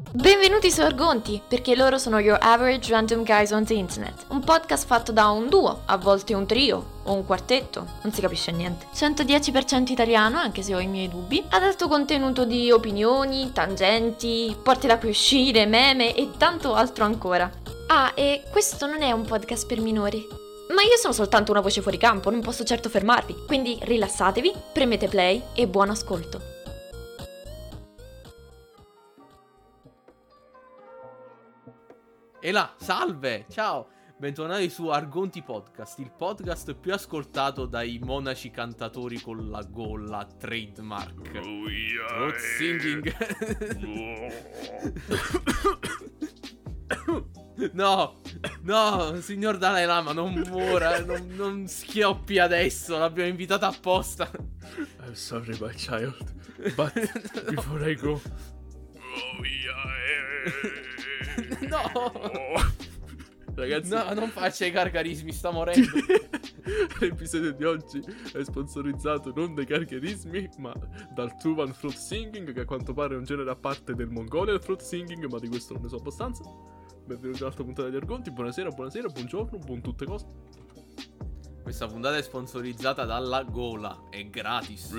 Benvenuti su Argonti, perché loro sono your average random guys on the internet. Un podcast fatto da un duo, a volte un trio, o un quartetto, non si capisce niente. 110% italiano, anche se ho i miei dubbi. Ad alto contenuto di opinioni, tangenti, porte da cui uscire, meme e tanto altro ancora. Ah, e questo non è un podcast per minori. Ma io sono soltanto una voce fuori campo, non posso certo fermarvi. Quindi rilassatevi, premete play e buon ascolto. E là, salve, ciao, bentornati su Argonti Podcast, il podcast più ascoltato dai monaci cantatori con la gola trademark. Throat singing. No, signor Dalai Lama, non muora, non schioppi adesso, l'abbiamo invitata apposta. I'm sorry, my child, but before I go... No, Ragazzi, no, non faccia i gargarismi, sta morendo. l'episodio di oggi è sponsorizzato non dai gargarismi, ma dal Tuvan Throat Singing, che a quanto pare è un genere a parte del Mongolian Throat Singing, ma di questo non ne so abbastanza. Benvenuti all'altra puntata di Argonti, buonasera, buongiorno, buon tutte cose. Questa puntata è sponsorizzata dalla gola, è gratis.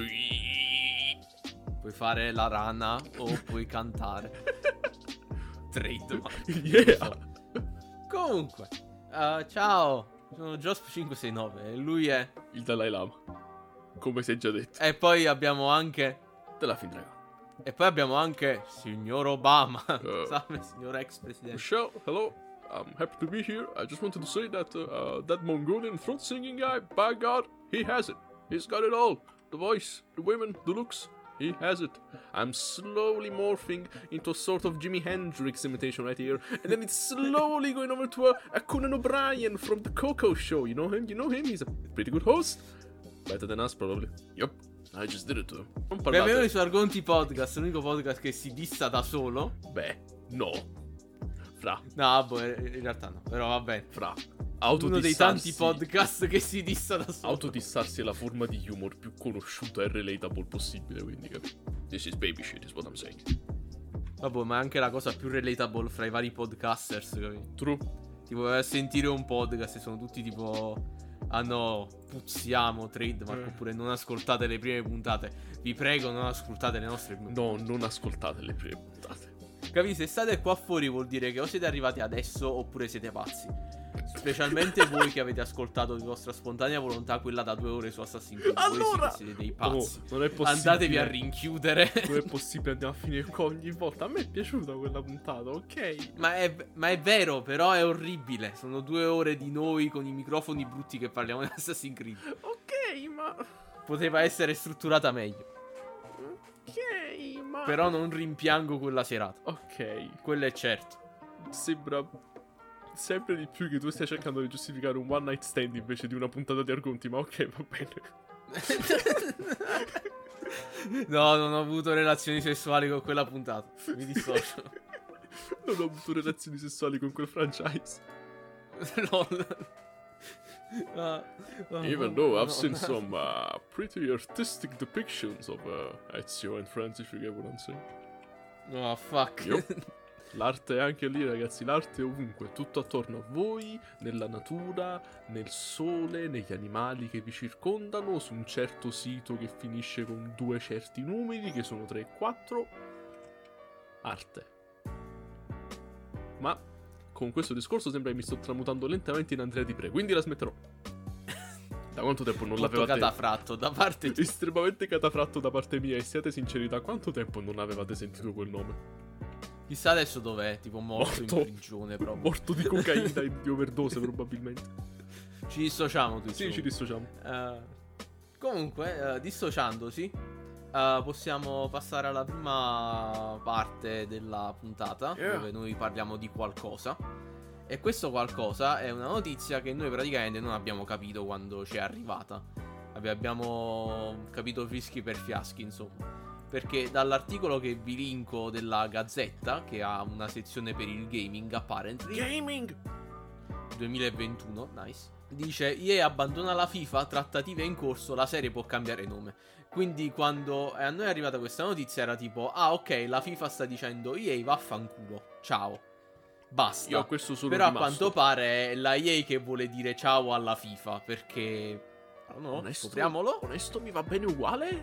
Puoi fare la rana o puoi cantare. Trademark. Yeah! Comunque, ciao, sono Josp569 e lui è... Il Dalai Lama, come si è già detto. E poi abbiamo anche... Della fin dragon. E poi abbiamo anche signor Obama. Salve, signor ex-presidente. Michelle, hello. I'm happy to be here. I just wanted to say that that Mongolian throat singing guy, by God, he has it. He's got it all. The voice, the women, the looks. He has it. I'm slowly morphing into a sort of Jimi Hendrix imitation right here. And then it's slowly going over to a Conan O'Brien from the Coco Show. You know him? He's a pretty good host. Better than us, probably. Yup. I just did it to him. Non parlate. Benvenuti su Argonti Podcast, l'unico podcast che si dissa da solo. Beh, no. Fra. No, boh, in realtà no, però va bene. Fra. Uno dei tanti podcast che si dissa da solo. Autodissarsi è la forma di humor più conosciuta e relatable possibile, quindi capito? This is baby shit, is what I'm saying. Vabbè, ma è anche la cosa più relatable fra i vari podcasters, capito? True. Tipo, vai a sentire un podcast e sono tutti tipo... Ah no, puzziamo, trademark, oppure non ascoltate le prime puntate. Vi prego, non ascoltate le nostre prime puntate. No, non ascoltate le prime puntate. Capite? Se state qua fuori vuol dire che o siete arrivati adesso oppure siete pazzi. Specialmente voi che avete ascoltato di vostra spontanea volontà quella da 2 ore su Assassin's Creed. Allora! Voi siete dei pazzi. Non è possibile. Andatevi a rinchiudere. Non è possibile, andiamo a finire qua ogni volta. A me è piaciuta quella puntata, ok? Ma è vero, però è orribile. Sono 2 ore di noi con i microfoni brutti che parliamo di Assassin's Creed. Ok, ma... Poteva essere strutturata meglio. Ok, ma... Però non rimpiango quella serata. Ok. Quello è certo. Sembra sempre di più che tu stia cercando di giustificare un one night stand invece di una puntata di Argonti, ma ok, va bene. No, non ho avuto relazioni sessuali con quella puntata. Mi dissocio. Non ho avuto relazioni sezzuali con quel franchise. LOL. Even though I've seen some pretty artistic depictions of Ezio and Friends, if you get what I'm saying. Oh, fuck. Yep. L'arte è anche lì, ragazzi, l'arte è ovunque, tutto attorno a voi, nella natura, nel sole, negli animali che vi circondano, su un certo sito che finisce con 2 certi numeri, che sono 3 e 4. Arte. Ma con questo discorso sembra che mi sto tramutando lentamente in Andrea Di Pre, quindi la smetterò. Da quanto tempo non Molto l'avevate... catafratto da parte tua. Estremamente catafratto da parte mia, e siate sinceri, da quanto tempo non avevate sentito quel nome? Chissà adesso dov'è, tipo morto in prigione proprio. Morto di cocaina e di overdose probabilmente. Ci dissociamo tu. Sì, ci dissociamo. Comunque, dissociandosi, possiamo passare alla prima parte della puntata, dove noi parliamo di qualcosa. E questo qualcosa è una notizia che noi praticamente non abbiamo capito quando ci è arrivata. Abbiamo capito fischi per fiaschi, insomma. Perché dall'articolo che vi linko della Gazzetta, che ha una sezione per il gaming, apparently Gaming 2021, nice. dice EA abbandona la FIFA, trattative in corso, la serie può cambiare nome. Quindi quando a noi è arrivata questa notizia era tipo, ah ok, la FIFA sta dicendo EA vaffanculo, ciao, basta. Io a questo sono Però rimasto. a quanto pare è la EA che vuole dire ciao alla FIFA, perché no, scopriamolo. Onesto mi va bene uguale.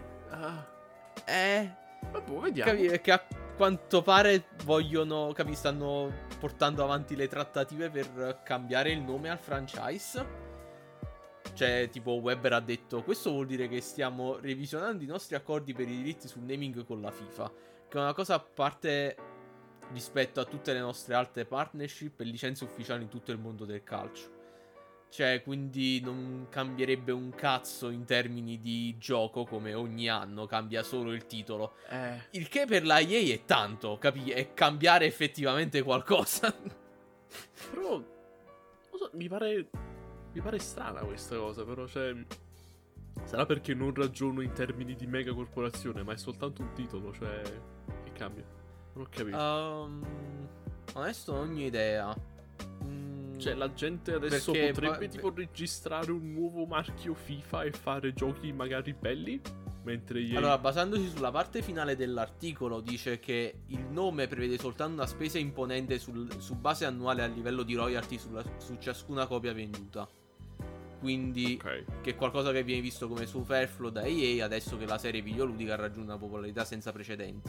Vabbè, vediamo. È che a quanto pare vogliono, stanno portando avanti le trattative per cambiare il nome al franchise. Cioè, tipo, Webber ha detto, questo vuol dire che stiamo revisionando i nostri accordi per i diritti sul naming con la FIFA, che è una cosa a parte rispetto a tutte le nostre altre partnership e licenze ufficiali in tutto il mondo del calcio. Cioè, quindi non cambierebbe un cazzo in termini di gioco, come ogni anno cambia solo il titolo. Il che per la EA è tanto, è cambiare effettivamente qualcosa. Però, non so, mi pare strana questa cosa, però, cioè, sarà perché non ragiono in termini di mega corporazione, ma è soltanto un titolo, cioè, che cambia? Non ho capito. Onesto, non ho ogni idea. Cioè, la gente adesso Perché potrebbe tipo registrare un nuovo marchio FIFA e fare giochi magari belli? Mentre EA... Allora, basandosi sulla parte finale dell'articolo, dice che il nome prevede soltanto una spesa imponente su base annuale a livello di royalty su ciascuna copia venduta. Quindi, che è qualcosa che viene visto come superfluo da EA adesso che la serie videoludica ha raggiunto una popolarità senza precedenti.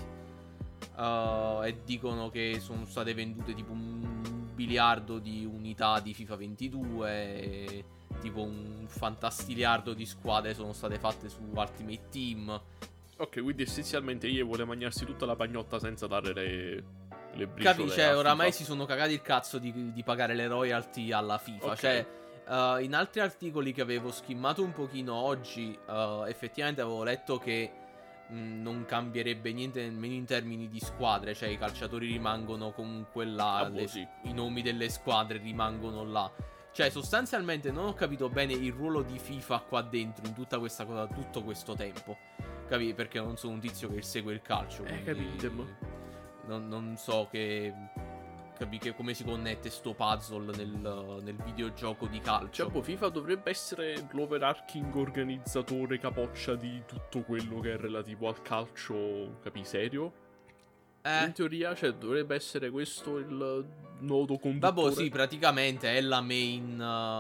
E dicono che sono state vendute tipo 1 biliardo di unità di FIFA 22 e tipo un fantastiliardo di squadre sono state fatte su Ultimate Team. Ok, quindi essenzialmente EA vuole mangiarsi tutta la pagnotta senza dare le briciole. Capi? Cioè, oramai FIFA. si sono cagati il cazzo di pagare le royalty alla FIFA. Okay. Cioè, in altri articoli che avevo skimmato un pochino oggi, effettivamente avevo letto che non cambierebbe niente nemmeno in termini di squadre. Cioè, i calciatori rimangono comunque là, sì. i nomi delle squadre rimangono là. Cioè, sostanzialmente non ho capito bene il ruolo di FIFA qua dentro in tutta questa cosa, tutto questo tempo. Capi? Perché non sono un tizio che segue il calcio. Capite, ma... Non so che come si connette sto puzzle nel videogioco di calcio. Cioè, FIFA dovrebbe essere l'overarching organizzatore capoccia di tutto quello che è relativo al calcio, capi, serio? In teoria, cioè, dovrebbe essere questo il nodo conduttore. Vabbè, sì, praticamente è la main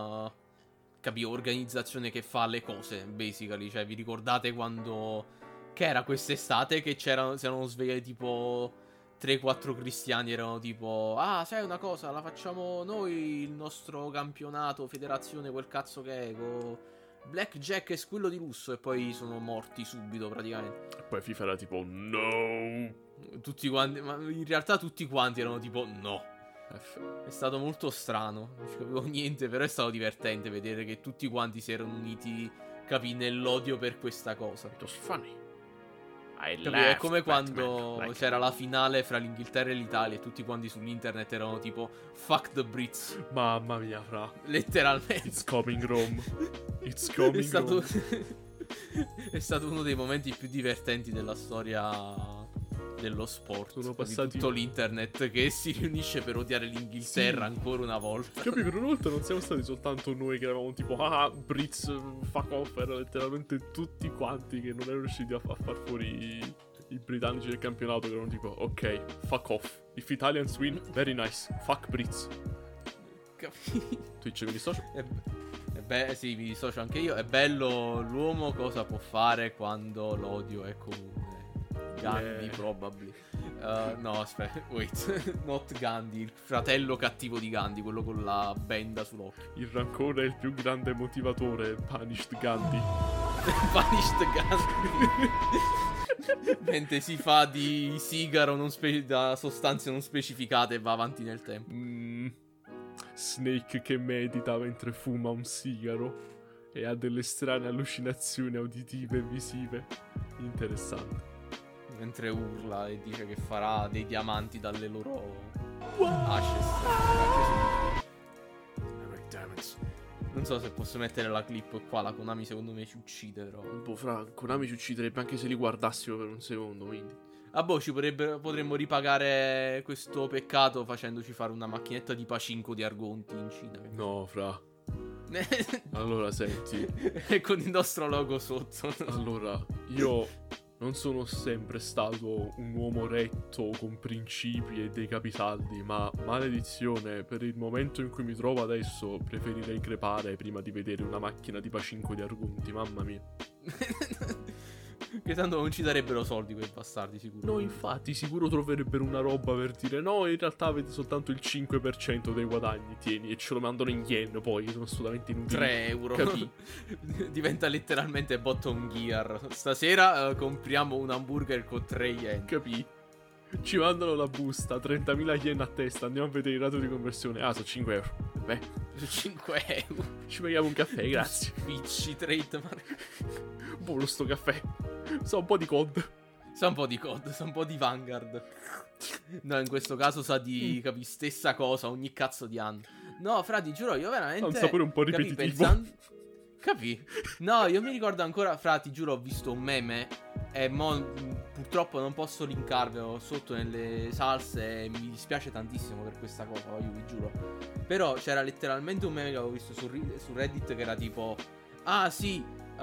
organizzazione che fa le cose, basically. Cioè, vi ricordate quando... Che era quest'estate che si erano svegliati tipo 3-4 cristiani, erano tipo, ah, sai una cosa, la facciamo noi il nostro campionato, federazione, quel cazzo che è, con Blackjack e squillo di lusso, e poi sono morti subito praticamente. E poi FIFA era tipo, no. Tutti quanti, ma in realtà tutti quanti erano tipo, no. È stato molto strano, non ci capivo niente, però è stato divertente vedere che tutti quanti si erano uniti, capì, nell'odio per questa cosa. It was funny. È come quando c'era la finale fra l'Inghilterra e l'Italia e tutti quanti sull'internet erano tipo fuck the Brits. Mamma mia, fra. Letteralmente. It's coming Rome. It's coming Rome. È stato uno dei momenti più divertenti della storia dello sport. Sono passati tutto l'internet che si riunisce per odiare l'Inghilterra ancora una volta. Capi, per una volta non siamo stati soltanto noi che eravamo tipo Brits, fuck off. Erano letteralmente tutti quanti che non erano riusciti a far fuori i britannici del campionato, che erano tipo, ok, fuck off. If Italians win, very nice. Fuck Brits. Twitch, mi dissocio? Sì, mi dissocio anche io. È bello l'uomo cosa può fare quando l'odio è comune. Gandhi, probably. No, aspetta, wait. Not Gandhi, il fratello cattivo di Gandhi, quello con la benda sull'occhio. Il rancore è il più grande motivatore. Punished Gandhi. Punished Gandhi. Mentre si fa di sigaro da sostanze non specificate e va avanti nel tempo. Snake che medita mentre fuma un sigaro e ha delle strane allucinazioni auditive e visive. Interessante. Mentre urla e dice che farà dei diamanti dalle loro ashes. Non so se posso mettere la clip qua. La Konami secondo me ci uccide, però. Boh, fra, Konami ci ucciderebbe anche se li guardassimo per un secondo, quindi. Ah boh, potremmo ripagare questo peccato facendoci fare una macchinetta di Pachinko di Argonti in Cina. No, fra. Allora, senti. E con il nostro logo sotto. Allora, io non sono sempre stato un uomo retto con principi e dei capisaldi, ma maledizione, per il momento in cui mi trovo adesso, preferirei crepare prima di vedere una macchina di pacinco di Argonti, mamma mia. Che tanto non ci darebbero soldi quei bastardi, sicuro. No, infatti, sicuro troverebbero una roba per dire no, in realtà avete soltanto il 5% dei guadagni, tieni, e ce lo mandano in yen poi, sono assolutamente inutili. 3 euro. Capì? Diventa letteralmente bottom gear. Stasera compriamo un hamburger con 3 yen. Capì? Ci mandano la busta, 30.000 yen a testa, andiamo a vedere il rato di conversione. Ah, sono 5 euro. Beh, 5 euro. ci paghiamo un caffè, grazie. Spicci, trademark. Buono sto caffè. Sa un po' di COD. Sa un po' di COD, sa un po' di Vanguard. No, in questo caso sa di, capi, stessa cosa ogni cazzo di anno. No, fra, ti giuro, io veramente... Ha un sapore un po' ripetitivo. Capì? No, io mi ricordo ancora, fra, ti giuro, ho visto un meme e purtroppo non posso linkarvelo sotto nelle salse e mi dispiace tantissimo per questa cosa, io vi giuro. Però c'era letteralmente un meme che avevo visto su Reddit che era tipo... Ah, sì,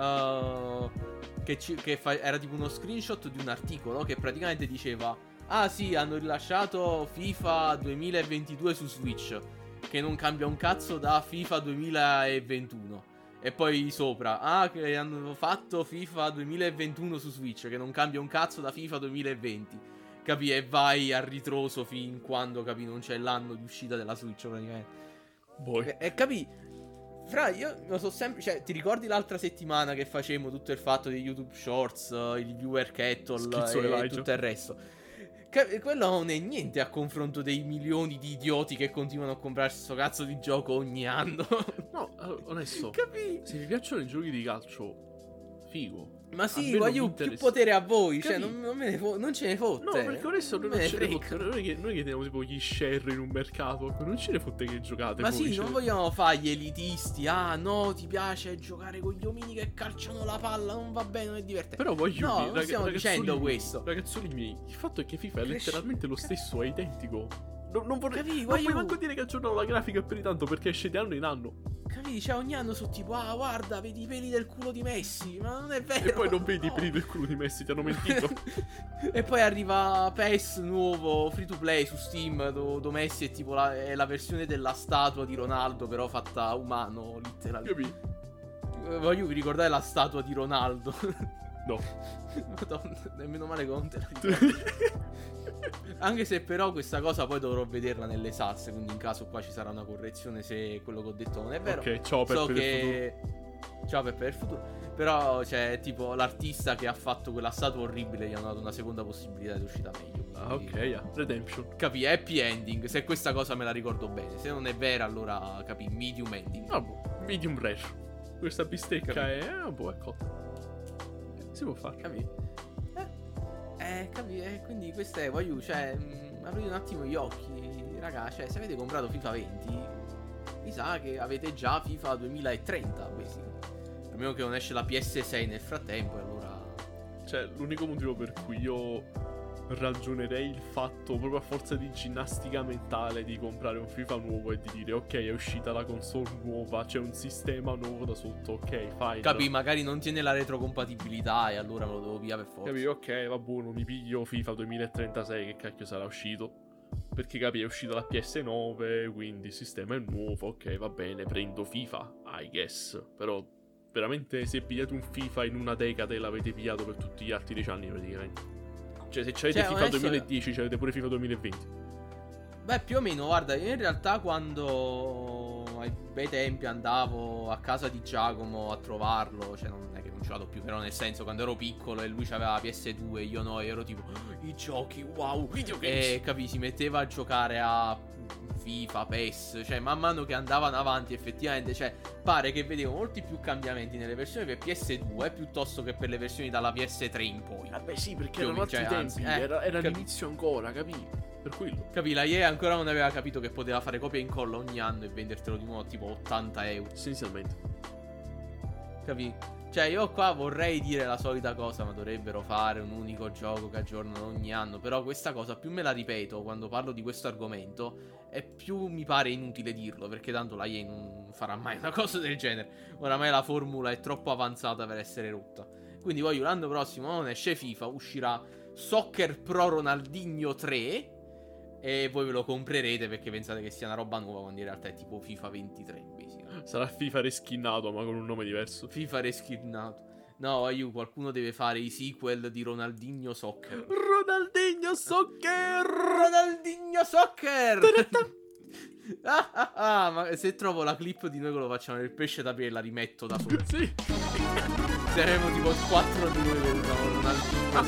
era tipo uno screenshot di un articolo che praticamente diceva: ah sì, hanno rilasciato FIFA 2022 su Switch, che non cambia un cazzo da FIFA 2021. E poi sopra: ah, che hanno fatto FIFA 2021 su Switch, che non cambia un cazzo da FIFA 2020. Capì? E vai a ritroso fin quando, capì, non c'è l'anno di uscita della Switch praticamente. Boy. E capì? Fra, io lo so sempre. Cioè, ti ricordi l'altra settimana che facemmo tutto il fatto di YouTube Shorts, il viewer Kettle e tutto il resto? Quello non è niente a confronto dei milioni di idioti che continuano a comprarsi questo cazzo di gioco ogni anno. No, onesto. Capì? Se vi piacciono i giochi di calcio, figo. Ma sì, voglio più potere a voi. Capì? Cioè, non ce ne fotte. No, perché adesso non ce ne fotte. Noi che teniamo tipo gli share in un mercato, non ce ne fotte che giocate. Ma sì, non vogliamo fare gli elitisti. Ah, no, ti piace giocare con gli omini che calciano la palla, non va bene, non è divertente. Però voglio no, non stiamo dicendo questo. Ragazzoli miei, il fatto è che FIFA è letteralmente lo stesso, è identico. Non vorrei. Capì, non puoi manco dire che aggiornano la grafica per tanto, perché esce di anno in anno. Capì? Cioè, ogni anno sono tipo: ah, guarda, vedi i peli del culo di Messi. Ma non è vero. E poi non vedi i peli del culo di Messi, ti hanno mentito. E poi arriva PES nuovo, free to play su Steam, dove Messi è tipo è la versione della statua di Ronaldo, però fatta umano, letteralmente. Capì? Voglio ricordare la statua di Ronaldo. No. Madonna, nemmeno male che non te la ricordi. Anche se però questa cosa poi dovrò vederla nelle salse, quindi in caso qua ci sarà una correzione se quello che ho detto non è vero. Ok, ciao Peppe del futuro. Ciao Peppe del futuro. Però c'è tipo l'artista che ha fatto quella statua orribile, gli hanno dato una seconda possibilità di uscita meglio. Ah, ok, yeah. Redemption. Capì, happy ending, se questa cosa me la ricordo bene. Se non è vera allora, capì, medium ending. Ah, medium rare. Questa bistecca capì. È un po' ecco. Si può fare. Capì? Capì? Quindi questa è, voglio, cioè, aprite un attimo gli occhi, raga, cioè, se avete comprato FIFA 20, mi sa che avete già FIFA 2030, a meno che non esce la PS6 nel frattempo, e allora... Cioè, l'unico motivo per cui io ragionerei il fatto, proprio a forza di ginnastica mentale, di comprare un FIFA nuovo e di dire ok, è uscita la console nuova, c'è un sistema nuovo da sotto, ok, fine. Capì, magari non tiene la retrocompatibilità e allora me lo devo via per forza. Capì, ok, va buono, mi piglio FIFA 2036, che cacchio sarà uscito, perché capì, è uscita la PS9, quindi il sistema è nuovo, ok, va bene, prendo FIFA, I guess. Però veramente se pigliate un FIFA in una decade l'avete pigliato per tutti gli altri 10 anni praticamente. Cioè, se c'avete FIFA 2010, c'avete pure FIFA 2020. Beh, più o meno, guarda, io in realtà quando ai bei tempi andavo a casa di Giacomo a trovarlo, cioè non è che non ce l'ho più, però nel senso quando ero piccolo e lui aveva la PS2 e io no, ero tipo i giochi, wow, videogames. E capì, si metteva a giocare a FIFA, PES, cioè man mano che andavano avanti effettivamente, cioè pare che vedevo molti più cambiamenti nelle versioni per PS2 piuttosto che per le versioni dalla PS3 in poi. Vabbè sì, perché erano altri tempi, era l'inizio ancora, capì? Per quello. Capì, la EA ancora non aveva capito che poteva fare copia e incolla ogni anno e vendertelo di nuovo tipo 80 euro. Essenzialmente. Capì? Cioè, io qua vorrei dire la solita cosa, ma dovrebbero fare un unico gioco che aggiornano ogni anno. Però questa cosa, più me la ripeto quando parlo di questo argomento, e più mi pare inutile dirlo, perché tanto la EA non farà mai una cosa del genere. Oramai la formula è troppo avanzata per essere rotta. Quindi voglio l'anno prossimo non esce FIFA, uscirà Soccer Pro Ronaldinho 3 e voi ve lo comprerete perché pensate che sia una roba nuova, quando in realtà è tipo FIFA 23. Sarà FIFA reskinnato, ma con un nome diverso. FIFA reskinnato. No, qualcuno deve fare i sequel di Ronaldinho Soccer. Ronaldinho Soccer! Ronaldinho Soccer! Ma se trovo la clip di noi che lo facciamo nel pesce da e la rimetto da solo. Sì. Saremo tipo 4 di noi che usano Ronaldinho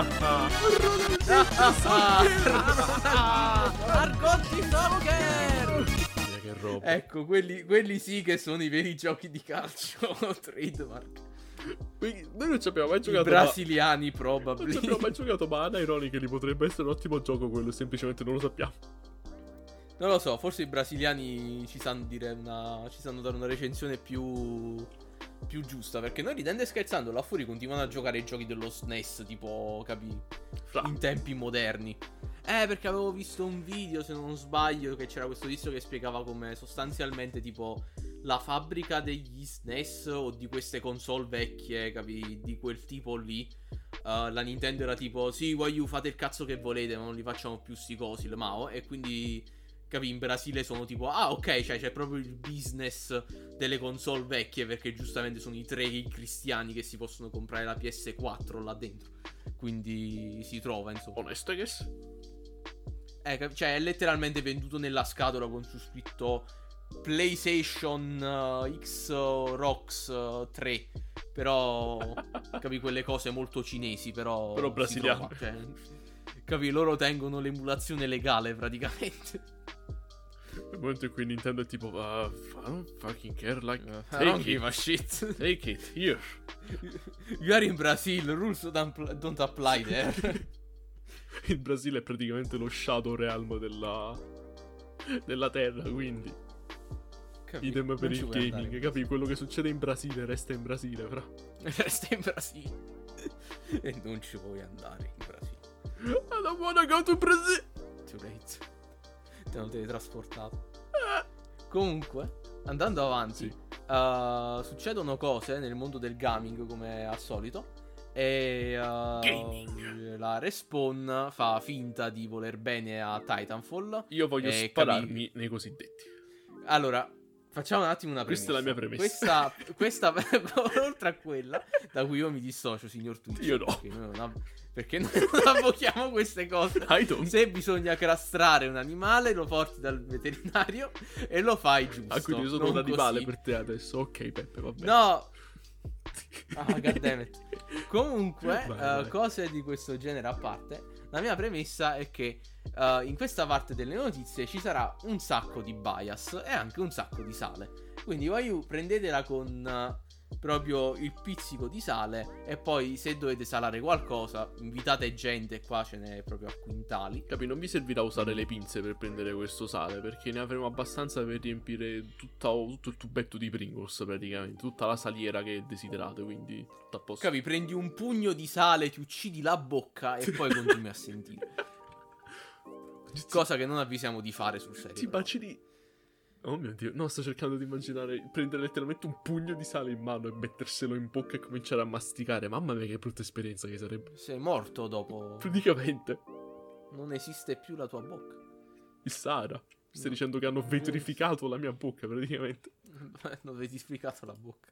Argotti Soccer! Che roba. Ecco, quelli sì che sono i veri giochi di calcio. Trademark. Noi non ci abbiamo mai giocato. I brasiliani, probably. Non ci abbiamo mai giocato, ma Ana Ironically potrebbe essere un ottimo gioco quello, semplicemente non lo sappiamo. Non lo so, forse i brasiliani ci sanno dare una recensione più giusta, perché noi, ridendo e scherzando, là fuori continuano a giocare i giochi dello SNES, tipo, in tempi moderni. Perché avevo visto un video, se non sbaglio, che c'era questo tizio che spiegava come sostanzialmente tipo la fabbrica degli SNES o di queste console vecchie, di quel tipo lì. La Nintendo era tipo, sì, fate il cazzo che volete, ma non li facciamo più sti cosi, le Mao. E quindi, in Brasile sono tipo, ok, cioè c'è proprio il business delle console vecchie, perché giustamente sono i 3 cristiani che si possono comprare la PS4 là dentro. Quindi si trova, insomma. Onesto, I guess. Cioè è letteralmente venduto nella scatola con su scritto PlayStation X Rocks 3. Però quelle cose molto cinesi, però brasiliano. Cioè, loro tengono l'emulazione legale praticamente. Nel momento in cui Nintendo è tipo I don't fucking care, like I don't give a shit. Take it, here. You are in Brazil, rules don't apply there. Il Brasile è praticamente lo Shadow Realm della Terra, quindi idem per il gaming, capi? Quello che succede in Brasile resta in Brasile, fra. Resta in Brasile. E non ci puoi andare in Brasile. I don't wanna go to Brazil. Too late. Te lo teletrasportato. Comunque, andando avanti, succedono cose nel mondo del gaming come al solito. E la Respawn fa finta di voler bene a Titanfall. Io voglio spararmi nei cosiddetti. Allora, facciamo un attimo una premessa. Questa è la mia premessa. Questa oltre a quella da cui io mi dissocio, signor Twitch. Io no. Perché noi non avvochiamo queste cose. Se bisogna castrare un animale, lo porti dal veterinario e lo fai giusto. Quindi io sono un animale per te adesso. Ok, Peppe, va bene. No. Goddammit. Comunque, vai. Cose di questo genere a parte, la mia premessa è che in questa parte delle notizie ci sarà un sacco di bias e anche un sacco di sale. Quindi voi prendetela con proprio il pizzico di sale, e poi se dovete salare qualcosa invitate gente, qua ce n'è proprio a quintali. Non vi servirà usare le pinze per prendere questo sale, perché ne avremo abbastanza per riempire tutto il tubetto di Pringles, praticamente tutta la saliera che desiderate, quindi tutto a posto. Prendi un pugno di sale, ti uccidi la bocca e poi continui a sentire. Cosa che non avvisiamo di fare sul serio. Ti bacini. Oh mio Dio, no, sto cercando di immaginare prendere letteralmente un pugno di sale in mano e metterselo in bocca e cominciare a masticare. Mamma mia, che brutta esperienza che sarebbe. Sei morto dopo. Praticamente. Non esiste più la tua bocca. Il Sahara. Stai dicendo che hanno vetrificato la mia bocca, praticamente. Hanno vetrificato la bocca.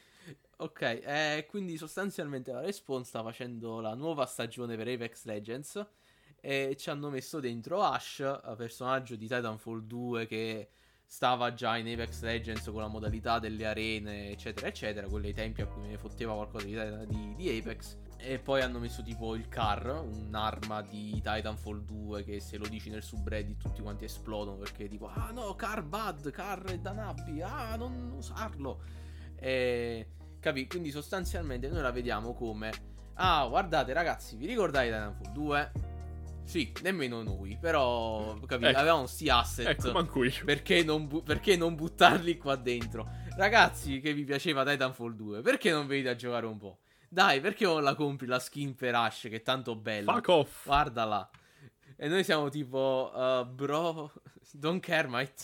Ok, quindi sostanzialmente la Respawn sta facendo la nuova stagione per Apex Legends e ci hanno messo dentro Ash, personaggio di Titanfall 2 che stava già in Apex Legends con la modalità delle arene, eccetera, eccetera. Quelli ai tempi a cui me ne fotteva qualcosa di Apex. E poi hanno messo tipo il CAR, un'arma di Titanfall 2 che se lo dici nel subreddit tutti quanti esplodono, perché tipo, no, CAR bad, CAR è da nabbi, non usarlo. Quindi sostanzialmente noi la vediamo come, guardate ragazzi, vi ricordate Titanfall 2? Sì, nemmeno noi, però avevamo sti asset, manco io. perché non buttarli qua dentro? Ragazzi che vi piaceva Titanfall 2, perché non venite a giocare un po'? Dai, perché non la compri la skin per Ash che è tanto bella? Fuck off. Guardala. E noi siamo tipo, bro, don't care, mate.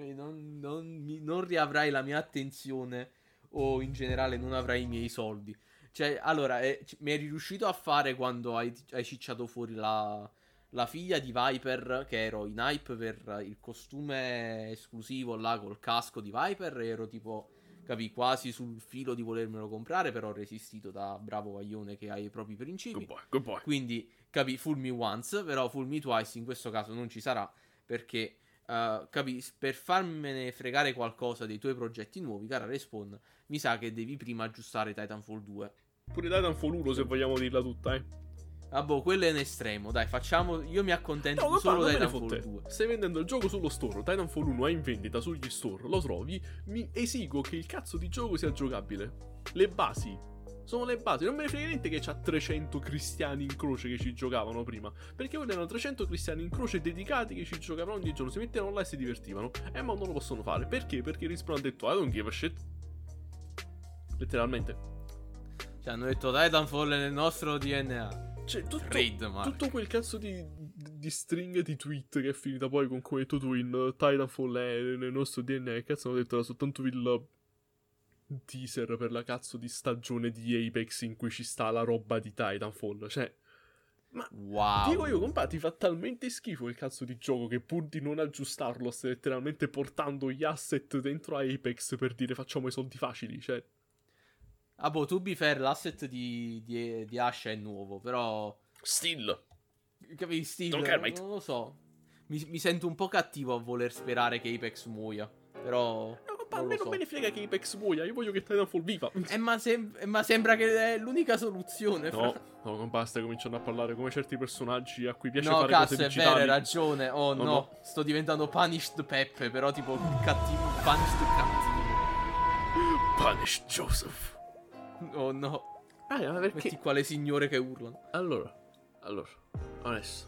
Non riavrai la mia attenzione o in generale non avrai i miei soldi. Cioè, allora, mi eri riuscito a fare quando hai cicciato fuori la figlia di Viper, che ero in hype per il costume esclusivo là col casco di Viper, e ero tipo, capì, quasi sul filo di volermelo comprare, però ho resistito da bravo guaglione che ha i propri principi. Good boy. Quindi, capì, fool me once, però fool me twice in questo caso non ci sarà, perché, capì, per farmene fregare qualcosa dei tuoi progetti nuovi, cara Respawn, mi sa che devi prima aggiustare Titanfall 2. Pure Titanfall 1 se vogliamo dirla tutta, Ah boh, quello è un estremo, dai, facciamo. Io mi accontento No, solo non me ne Titanfall fotte. 2. Stai vendendo il gioco sullo store, Titanfall 1 è in vendita sugli store, lo trovi, mi esigo che il cazzo di gioco sia giocabile. Le basi sono le basi, non me ne frega niente che c'ha 300 cristiani in croce che ci giocavano prima, perché quelli erano 300 cristiani in croce dedicati che ci giocavano ogni giorno, si mettevano là e si divertivano, e ma non lo possono fare, perché? Perché Respawn ha detto I don't give a shit, letteralmente. Cioè, hanno detto Titanfall è nel nostro DNA. Cioè, Trademark. tutto quel cazzo di stringa di tweet che è finita poi con come hai detto tu in Titanfall è nel nostro DNA, cazzo hanno detto era soltanto il teaser per la cazzo di stagione di Apex in cui ci sta la roba di Titanfall, cioè, ma Wow. dico io, compa, ti fa talmente schifo il cazzo di gioco che pur di non aggiustarlo stai letteralmente portando gli asset dentro a Apex per dire facciamo i soldi facili, cioè. Ah boh, to be fair, l'asset di Ash è nuovo, però... Still. Capisci? Don't care, mate. Non lo so. Mi sento un po' cattivo a voler sperare che Apex muoia. Però... No, compa, a non me lo non so. me ne frega che Apex muoia, io voglio che Titanfall viva. Ma sembra che è l'unica soluzione. No, compa, stai cominciando a parlare come certi personaggi a cui piace No, fare cazzo, cose è digitali. vero, hai ragione. Oh No, no, no. sto diventando Punished Peppe, però tipo cattivo, Punished cattivo. Punish Joseph. Oh no, Ah, ma perché? metti qua le signore che urlano. Allora, onesto.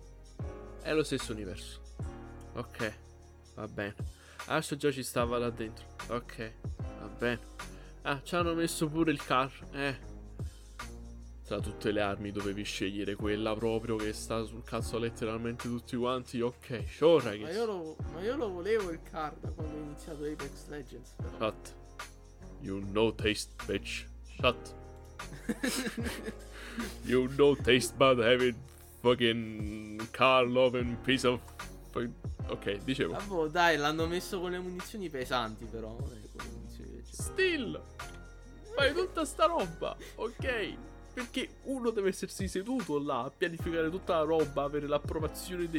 È lo stesso universo. Ok, va bene. Adesso già ci stava là dentro. Ok, va bene. Ah, ci hanno messo pure il car. Tra tutte le armi dovevi scegliere quella proprio che sta sul cazzo letteralmente tutti quanti. Ok, sure, ragazzi. Ma io lo volevo il card quando ho iniziato Apex Legends. Però. Shut. You know taste, bitch. Shut. You know taste bad having fucking car loving piece of fucking... Ok, dicevo. Ah boh, dai, l'hanno messo con le munizioni pesanti, però. Non è con le munizioni leggere. Still. Fai tutta sta roba, ok? Perché uno deve essersi seduto là a pianificare tutta la roba, avere l'approvazione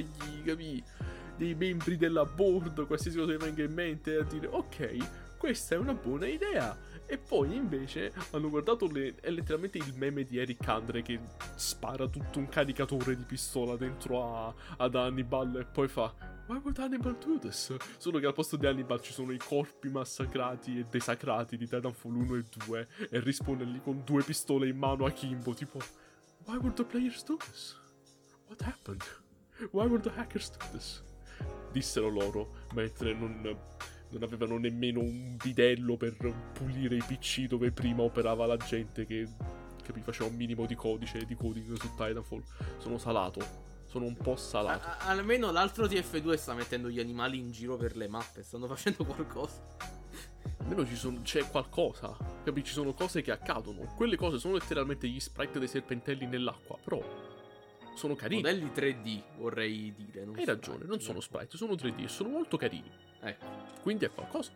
dei membri della board, qualsiasi cosa che venga in mente, a dire ok, questa è una buona idea. E poi invece hanno guardato è letteralmente il meme di Eric Andre che spara tutto un caricatore di pistola dentro ad Hannibal e poi fa Why would Hannibal do this? Solo che al posto di Hannibal ci sono i corpi massacrati e desacrati di Titanfall 1 e 2 e risponde lì con 2 pistole in mano a Kimbo tipo Why would the players do this? What happened? Why would the hackers do this? Dissero loro mentre non avevano nemmeno un bidello per pulire i PC dove prima operava la gente che faceva un minimo di codice e di coding su Titanfall. Sono salato. Sono un po' salato. Almeno l'altro TF2 sta mettendo gli animali in giro per le mappe. Stanno facendo qualcosa. Almeno c'è qualcosa. Capi? Ci sono cose che accadono. Quelle cose sono letteralmente gli sprite dei serpentelli nell'acqua. Però sono carini. Modelli 3D, vorrei dire. Hai ragione, non sono sprite, sono 3D e sono molto carini. Ecco. Quindi è qualcosa.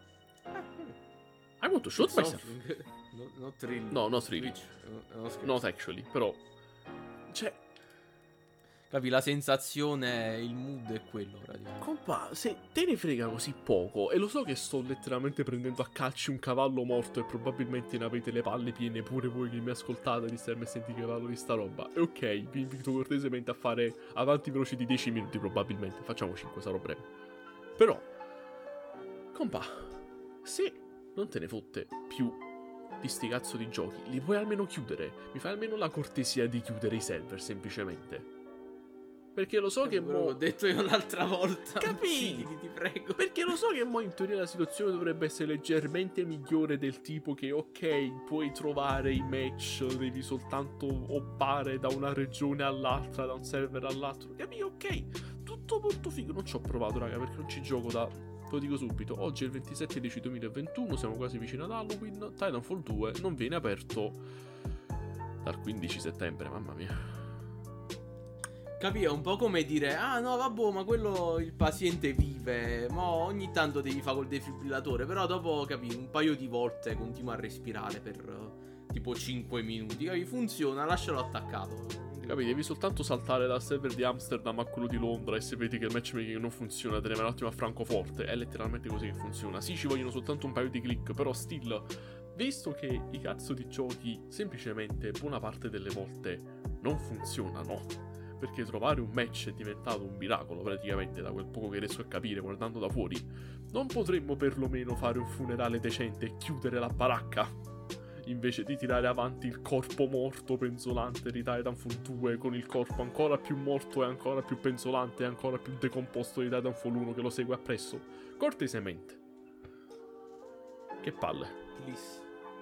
I want to shoot myself. Not really. No, not really. Not actually, però. Cioè, capi, la sensazione, il mood è quello, praticamente. compa, se te ne frega così poco, e lo so che sto letteralmente prendendo a calci un cavallo morto e probabilmente ne avete le palle piene pure voi che mi ascoltate di starmi a sentire cavallo di sta roba. E ok, vi invito cortesemente a fare avanti veloci di 10 minuti probabilmente, facciamo 5, sarò breve. Però, compa, se non te ne fotte più di sti cazzo di giochi, li puoi almeno chiudere. Mi fai almeno la cortesia di chiudere i server, semplicemente. Perché lo so che L'ho detto io l'altra volta. Capì? Uccidili, ti prego. Perché lo so che mo in teoria la situazione dovrebbe essere leggermente migliore, del tipo che ok, puoi trovare i match, devi soltanto oppare da una regione all'altra, da un server all'altro. Capì? Ok, tutto molto figo. Non ci ho provato, raga, perché non ci gioco da... Lo dico subito, oggi è il 27/10/2021, siamo quasi vicino ad Halloween. Titanfall 2 non viene aperto dal 15 settembre, mamma mia. Capì? È un po' come dire: ah no, vabbè, ma quello il paziente vive. Ma ogni tanto devi fare col defibrillatore. Però dopo, capì, un paio di volte continua a respirare per tipo 5 minuti. Capì? Funziona, lascialo attaccato. Capì? Devi soltanto saltare dal server di Amsterdam a quello di Londra, e se vedi che il matchmaking non funziona, te ne vai un attimo a Francoforte. È letteralmente così che funziona. Sì, ci vogliono soltanto un paio di click, però still, visto che i cazzo di giochi semplicemente buona parte delle volte non funzionano, perché trovare un match è diventato un miracolo praticamente, da quel poco che riesco a capire guardando da fuori, non potremmo perlomeno fare un funerale decente e chiudere la baracca, invece di tirare avanti il corpo morto penzolante di Titanfall 2 con il corpo ancora più morto e ancora più penzolante e ancora più decomposto di Titanfall 1 che lo segue appresso, cortesemente. Che palle. Please.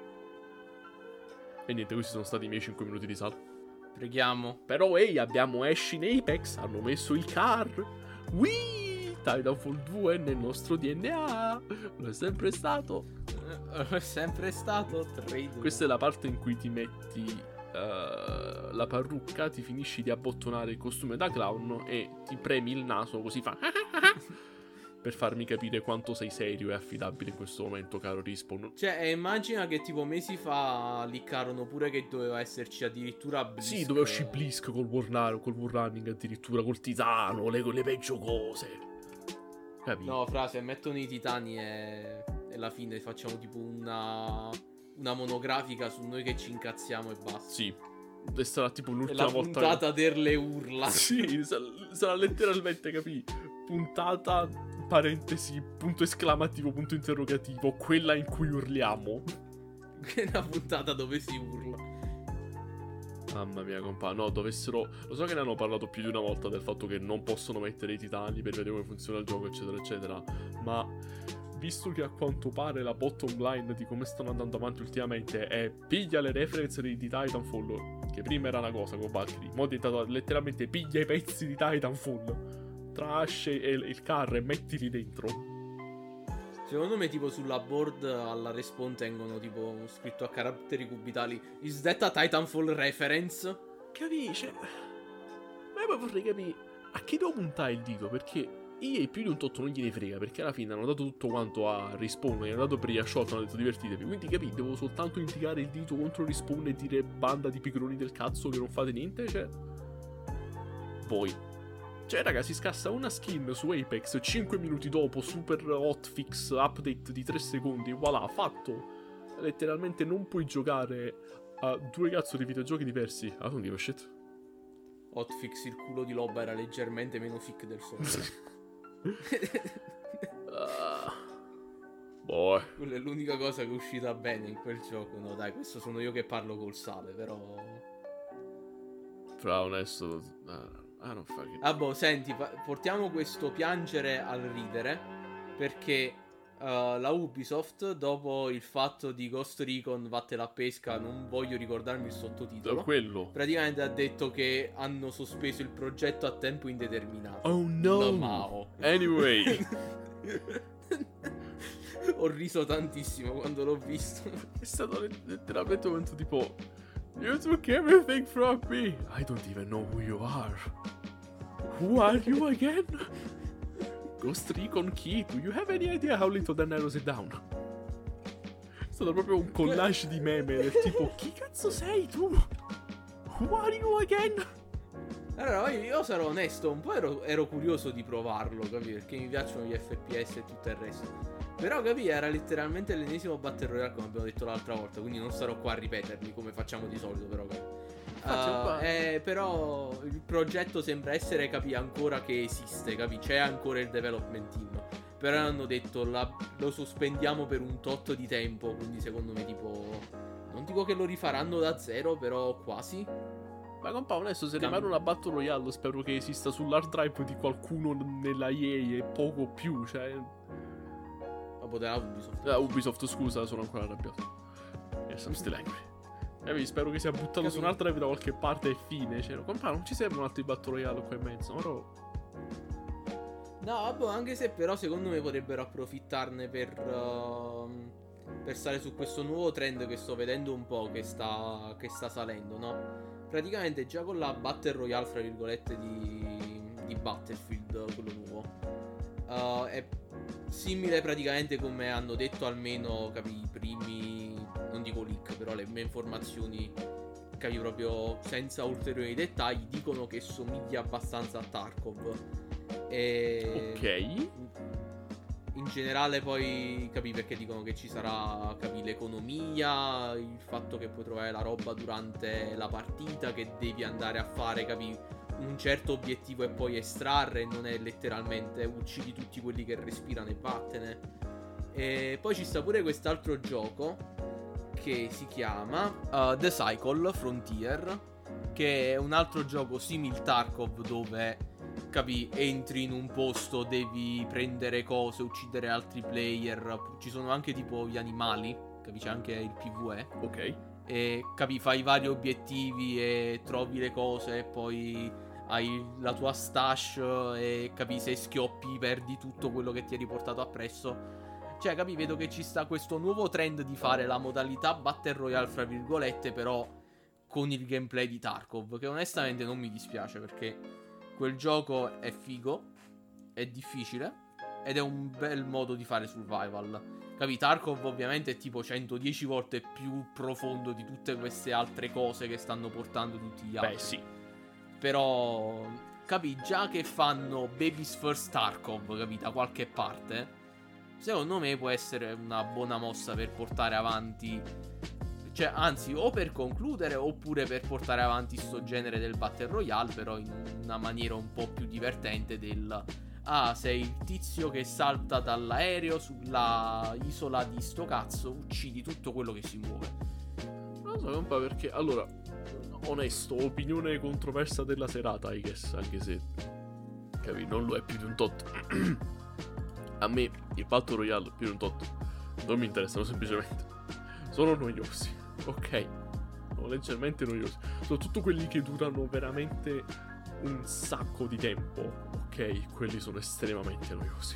E niente, questi sono stati i miei 5 minuti di sala. Preghiamo. Però ehi, abbiamo Ash in Apex, hanno messo il car. Wii! Titanfall 2 è nel nostro DNA. Lo è sempre stato. È sempre stato trade. Questa è la parte in cui ti metti la parrucca, ti finisci di abbottonare il costume da clown e ti premi il naso, così fa per farmi capire quanto sei serio e affidabile in questo momento, caro Respawn. Cioè, immagina che tipo mesi fa liccarono pure che doveva esserci addirittura Blisk. Sì, doveva uscire Blisk col Warrunning, addirittura col titano, le peggio cose. Capito? No, fra, se mettono i titani e alla fine facciamo tipo una monografica su noi che ci incazziamo e basta. Sì. E sarà tipo E l'ultima la volta puntata delle urla. Sì, sarà letteralmente, capì? Puntata, parentesi, punto esclamativo, punto interrogativo, quella in cui urliamo. È una puntata dove si urla. Mamma mia, compa, no, dovessero... Lo so che ne hanno parlato più di una volta del fatto che non possono mettere i titani per vedere come funziona il gioco, eccetera, eccetera. Ma visto che a quanto pare la bottom line di come stanno andando avanti ultimamente è piglia le reference di Titanfall, che prima era una cosa con Valkyrie, mo è diventato letteralmente piglia i pezzi di Titanfall, trash e il car e mettili dentro. Secondo me tipo sulla board alla respawn tengono tipo scritto a caratteri cubitali: Is that a Titanfall reference? Capisce? Ma poi vorrei capire a chi devo puntare il dito, perché EA più di un tot non gliene frega, perché alla fine hanno dato tutto quanto a Respawn, gli hanno dato per riasciolto, hanno detto divertitevi, quindi capì, devo soltanto indicare il dito contro Respawn e dire banda di pigroni del cazzo che non fate niente, cioè... Voi. Cioè raga, si scassa una skin su Apex 5 minuti dopo, super hotfix, update di 3 secondi, voilà, fatto. Letteralmente non puoi giocare a 2 cazzo di videogiochi diversi. I don't give a shit. Hotfix, il culo di Loba era leggermente meno fic del solito. Boh. Quella è l'unica cosa che è uscita bene in quel gioco. No dai, questo sono io che parlo col sale, però... Fra onesto, non fa che... Ah boh, senti, portiamo questo piangere al ridere, perché la Ubisoft, dopo il fatto di Ghost Recon vatte la pesca, non voglio ricordarmi il sottotitolo, quello praticamente ha detto che hanno sospeso il progetto a tempo indeterminato. Oh no. Mao. Anyway. Ho riso tantissimo quando l'ho visto. È stato letteralmente un momento tipo: You took everything from me. I don't even know who you are. Who are you again? Ghost Recon Key. Do you have any idea how little that narrows it down? È stato proprio un collage di meme del tipo: chi cazzo sei tu? Who are you again? Allora, io sarò onesto, un po' ero curioso di provarlo, capi? Perché mi piacciono gli FPS e tutto il resto. Però, capi, era letteralmente l'ennesimo Battle Royale, come abbiamo detto l'altra volta. Quindi non starò qua a ripetermi come facciamo di solito, però, capi? Però il progetto sembra essere, capi, ancora che esiste, capi? C'è ancora il development team. Però hanno detto lo sospendiamo per un tot di tempo. Quindi secondo me tipo, non dico che lo rifaranno da zero, però quasi. Ma compa, adesso se Cam- rimane una Battle Royale spero che esista sull'hard drive di qualcuno nella EA e poco più, cioè... Ma potrà Ubisoft. Ubisoft, scusa, sono ancora arrabbiato. Yes, I'm still angry. Spero che sia buttato su un hard drive da qualche parte e fine. Cioè, compa, non ci servono altri Battle Royale qua in mezzo, però... No, vabbè, anche se però secondo me potrebbero approfittarne per stare su questo nuovo trend che sto vedendo un po' che sta salendo, no? Praticamente già con la Battle Royale, fra virgolette, di Battlefield, quello nuovo, è simile praticamente come hanno detto almeno, i primi, non dico leak, però le mie informazioni, proprio senza ulteriori dettagli, dicono che somiglia abbastanza a Tarkov. E ok. in generale poi perché dicono che ci sarà l'economia, il fatto che puoi trovare la roba durante la partita, che devi andare a fare un certo obiettivo e poi estrarre, non è letteralmente uccidi tutti quelli che respirano e vattene. E poi ci sta pure quest'altro gioco che si chiama The Cycle Frontier, che è un altro gioco simil Tarkov dove entri in un posto, devi prendere cose, uccidere altri player, ci sono anche tipo gli animali, c'è anche il PvE. Ok. E fai vari obiettivi e trovi le cose e poi hai la tua stash e se schioppi perdi tutto quello che ti hai riportato appresso. Cioè, vedo che ci sta questo nuovo trend di fare la modalità Battle Royale, fra virgolette, però con il gameplay di Tarkov, che onestamente non mi dispiace perché quel gioco è figo, è difficile ed è un bel modo di fare survival. Tarkov ovviamente è tipo 110 volte più profondo di tutte queste altre cose che stanno portando tutti gli altri. Beh, sì. Però, già che fanno Baby's First Tarkov, da qualche parte, secondo me può essere una buona mossa per portare avanti, cioè, anzi, o per concludere oppure per portare avanti sto genere del Battle Royale, però in una maniera un po' più divertente sei il tizio che salta dall'aereo sulla isola di sto cazzo, uccidi tutto quello che si muove. Non so, compa, perché, allora, onesto, opinione controversa della serata, I guess, anche se, non lo è più di un tot. A me il Battle Royale più di un tot non mi interessano, semplicemente sono noiosi, ok? Sono leggermente noiosi, soprattutto quelli che durano veramente un sacco di tempo, ok? Quelli sono estremamente noiosi.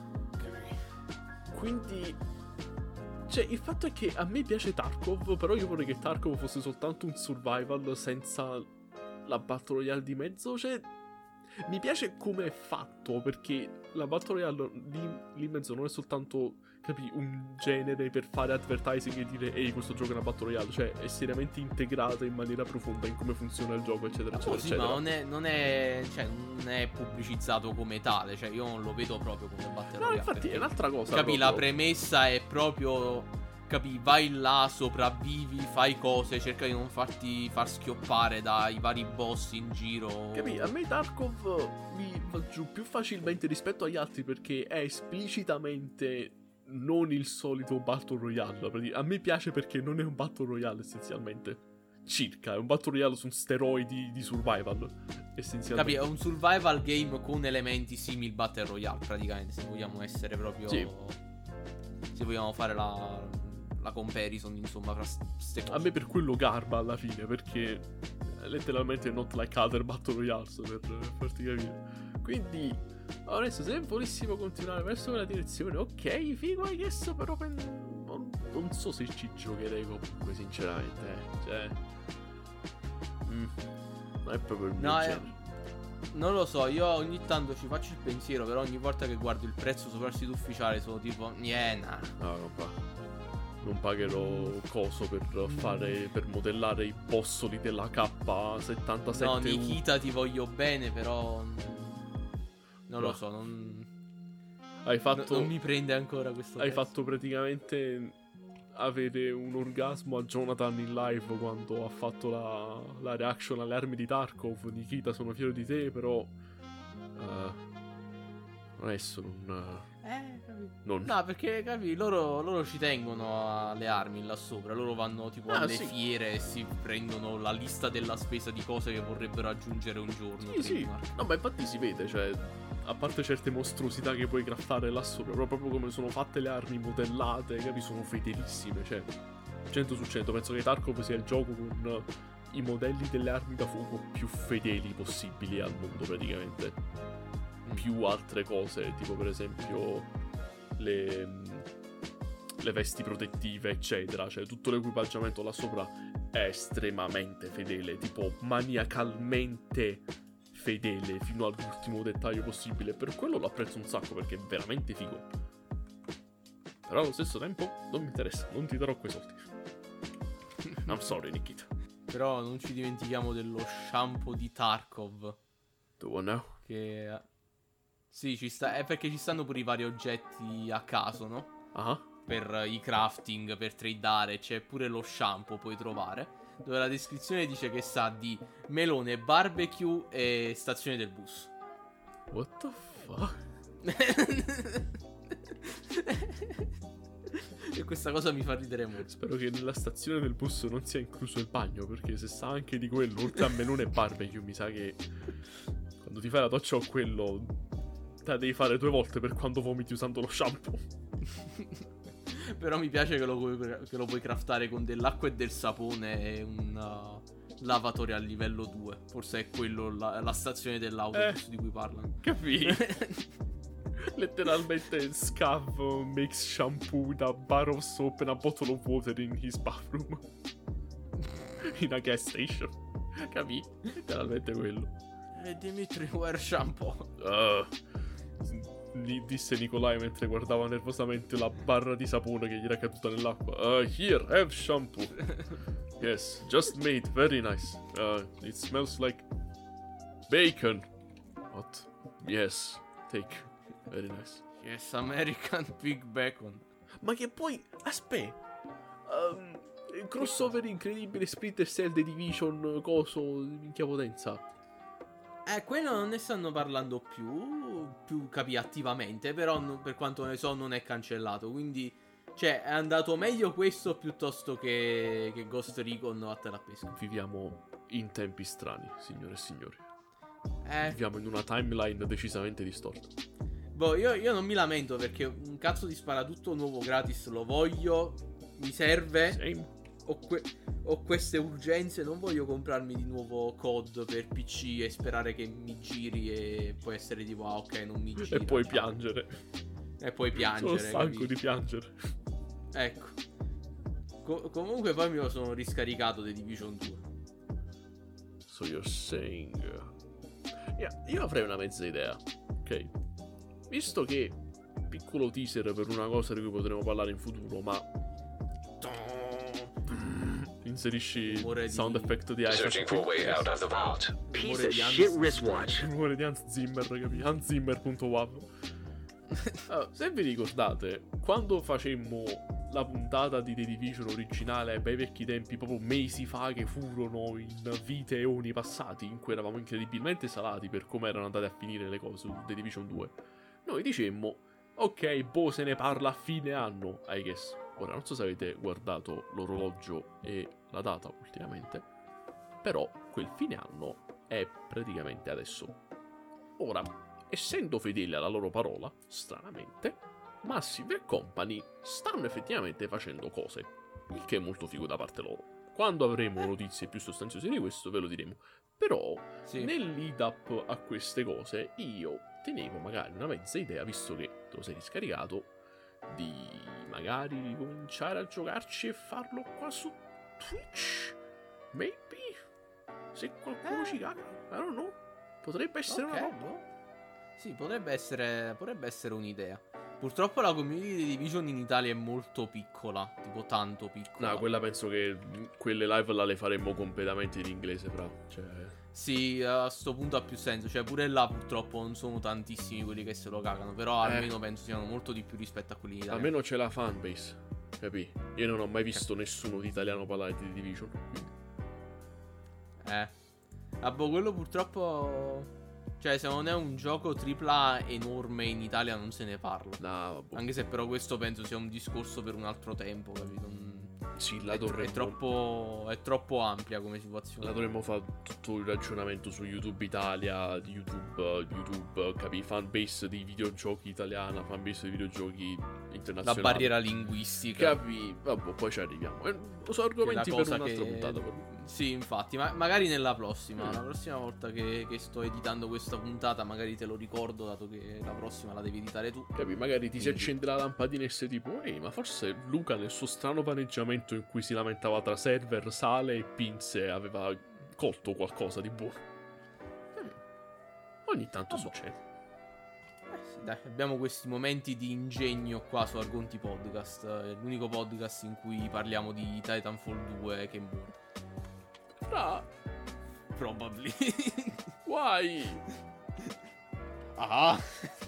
Quindi, cioè, il fatto è che a me piace Tarkov, però io vorrei che Tarkov fosse soltanto un survival senza la Battle Royale di mezzo. Cioè, mi piace come è fatto, perché la Battle Royale lì in mezzo non è soltanto, un genere per fare advertising e dire ehi, questo gioco è una Battle Royale. Cioè, è seriamente integrata in maniera profonda in come funziona il gioco, eccetera, eccetera, sì, eccetera. ma non è pubblicizzato come tale, cioè io non lo vedo proprio come Battle Royale. No, infatti è un'altra cosa. La premessa è proprio, vai là, sopravvivi, fai cose, cerca di non farti far schioppare dai vari boss in giro. A me Tarkov mi va giù più facilmente rispetto agli altri perché è esplicitamente non il solito Battle Royale. A me piace perché non è un Battle Royale essenzialmente. È un Battle Royale su steroidi di survival, essenzialmente. È un survival game con elementi simili Battle Royale, praticamente, se vogliamo essere proprio... Sì. Se vogliamo fare la comparison, insomma, fra ste cose. A me per quello garba alla fine, perché letteralmente not like other Battle Royales, per farti capire. Quindi, adesso se volessimo continuare verso quella direzione, ok, figo, adesso però non so se ci giocherei comunque, sinceramente, Cioè, non è proprio il mio genere. Non lo so, io ogni tanto ci faccio il pensiero, però ogni volta che guardo il prezzo sopra il sito ufficiale sono tipo, niena. No, non pagherò coso per modellare i bossoli della K77. No, Nikita, ti voglio bene, però non lo so, non mi prende ancora questo Hai prezzo. fatto praticamente avere un orgasmo a Jonathan in live quando ha fatto la reaction alle armi di Tarkov. Nikita, sono fiero di te, però adesso non... No, perché capi, loro ci tengono alle armi là sopra. Loro vanno tipo alle fiere e si prendono la lista della spesa di cose che vorrebbero aggiungere un giorno. Sì. No, ma infatti si vede, cioè, a parte certe mostruosità che puoi craftare là sopra, però proprio come sono fatte le armi modellate, capi, sono fedelissime, cioè 100 su 100. Penso che Tarkov sia il gioco con i modelli delle armi da fuoco più fedeli possibili al mondo, praticamente. Più altre cose, tipo per esempio le vesti protettive, eccetera. Cioè tutto l'equipaggiamento là sopra è estremamente fedele, tipo maniacalmente fedele fino all'ultimo dettaglio possibile. Per quello lo apprezzo un sacco, perché è veramente figo. Però allo stesso tempo non mi interessa, non ti darò quei soldi. I'm sorry, Nikita. Però non ci dimentichiamo dello shampoo di Tarkov. Do you know? Che sì, ci sta. È perché ci stanno pure i vari oggetti a caso, no? Per i crafting, per tradare. C'è pure lo shampoo, puoi trovare, dove la descrizione dice che sa di melone, barbecue e stazione del bus. What the fuck? E questa cosa mi fa ridere molto. Spero che nella stazione del bus non sia incluso il bagno, perché se sa anche di quello, oltre a melone e barbecue, mi sa che quando ti fai la doccia o quello te la devi fare 2 volte per quando vomiti usando lo shampoo. Però mi piace che lo puoi craftare con dell'acqua e del sapone e un lavatore a livello 2. Forse è quello la stazione dell'autobus di cui parlano. Capì? Letteralmente Scav makes shampoo with a bar of soap and a bottle of water in his bathroom. In a gas station. Capì? Letteralmente quello. E Dimitri, where shampoo? Disse Nikolai mentre guardava nervosamente la barra di sapone che gli era caduta nell'acqua. Here, have shampoo. Yes, just made, very nice. It smells like bacon. What? Yes, take. Very nice. Yes, American pig bacon. Ma che poi, aspetta, crossover incredibile, Splinter Cell, The Division, coso, minchia potenza. Quello non ne stanno parlando più capi attivamente, però per quanto ne so non è cancellato, quindi cioè è andato meglio questo piuttosto che Ghost Recon o Atta la pesca. Viviamo in tempi strani, signore e signori. Viviamo in una timeline decisamente distorta. Boh, io non mi lamento, perché un cazzo di sparatutto nuovo gratis lo voglio, mi serve. Same. Ho queste urgenze, non voglio comprarmi di nuovo COD per PC e sperare che mi giri e poi essere tipo ok, non mi gira. E poi piangere. Sono stanco di piangere. Ecco. Comunque poi me lo sono riscaricato The Division 2. So you're saying... io avrei una mezza idea, ok? Visto che piccolo teaser per una cosa di cui potremo parlare in futuro, ma inserisci il sound effect di Isaac. Piece of shit wristwatch. Il rumore di Hans Zimmer, capi? HansZimmer.wav. Se vi ricordate, quando facemmo la puntata di The Division originale ai bei vecchi tempi, proprio mesi fa, che furono in vite e eoni passati, in cui eravamo incredibilmente salati per come erano andate a finire le cose su The Division 2, noi dicemmo ok, boh, se ne parla a fine anno, I guess. Ora, non so se avete guardato l'orologio e la data ultimamente, però quel fine anno è praticamente adesso. Ora, essendo fedeli alla loro parola, stranamente, Massive e Company stanno effettivamente facendo cose, il che è molto figo da parte loro. Quando avremo notizie più sostanziose di questo ve lo diremo. Però, nel lead up a queste cose, io tenevo magari una mezza idea, visto che te lo sei riscaricato, di magari ricominciare a giocarci e farlo qua su Twitch. Maybe. Se qualcuno ci caga, I don't know. Potrebbe essere una roba. Sì, potrebbe essere un'idea. Purtroppo la community di Division in Italia è molto piccola, tipo tanto piccola. No, quella penso che quelle live le faremmo completamente in inglese, fra. Cioè... Sì, a sto punto ha più senso. Cioè pure là purtroppo non sono tantissimi quelli che se lo cagano, però almeno penso siano molto di più rispetto a quelli in Italia. Almeno c'è la fanbase, capì? Io non ho mai visto nessuno di italiano parlare di Division. Boh, quello purtroppo Cioè, se non è un gioco AAA enorme in Italia non se ne parla. No, vabbè. Anche se però questo penso sia un discorso per un altro tempo, capito? Sì, là dovremmo... è troppo ampia come situazione. Là dovremmo fare tutto il ragionamento su YouTube Italia, YouTube, capi? Fanbase di videogiochi italiana, fanbase di videogiochi internazionali. La barriera linguistica. Capi? Vabbè, poi ci arriviamo. Sono argomenti per un'altra puntata. Sì, infatti, ma magari nella prossima. La prossima volta che sto editando questa puntata, magari te lo ricordo, dato che la prossima la devi editare tu. Capi? Magari ti si accende la lampadina e sei tipo, ma forse Luca nel suo strano paneggiamento in cui si lamentava tra server, sale e pinze aveva colto qualcosa di buono. Ogni tanto succede. Sì, dai, abbiamo questi momenti di ingegno qua su Argonti Podcast. È l'unico podcast in cui parliamo di Titanfall 2 che muore. Probably. Why? Ah.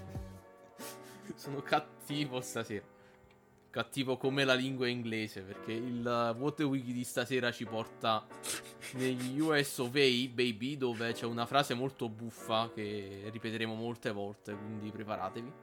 Sono cattivo stasera. Cattivo come la lingua inglese, perché il What Wiki di stasera ci porta negli US of A, baby, dove c'è una frase molto buffa che ripeteremo molte volte, quindi preparatevi.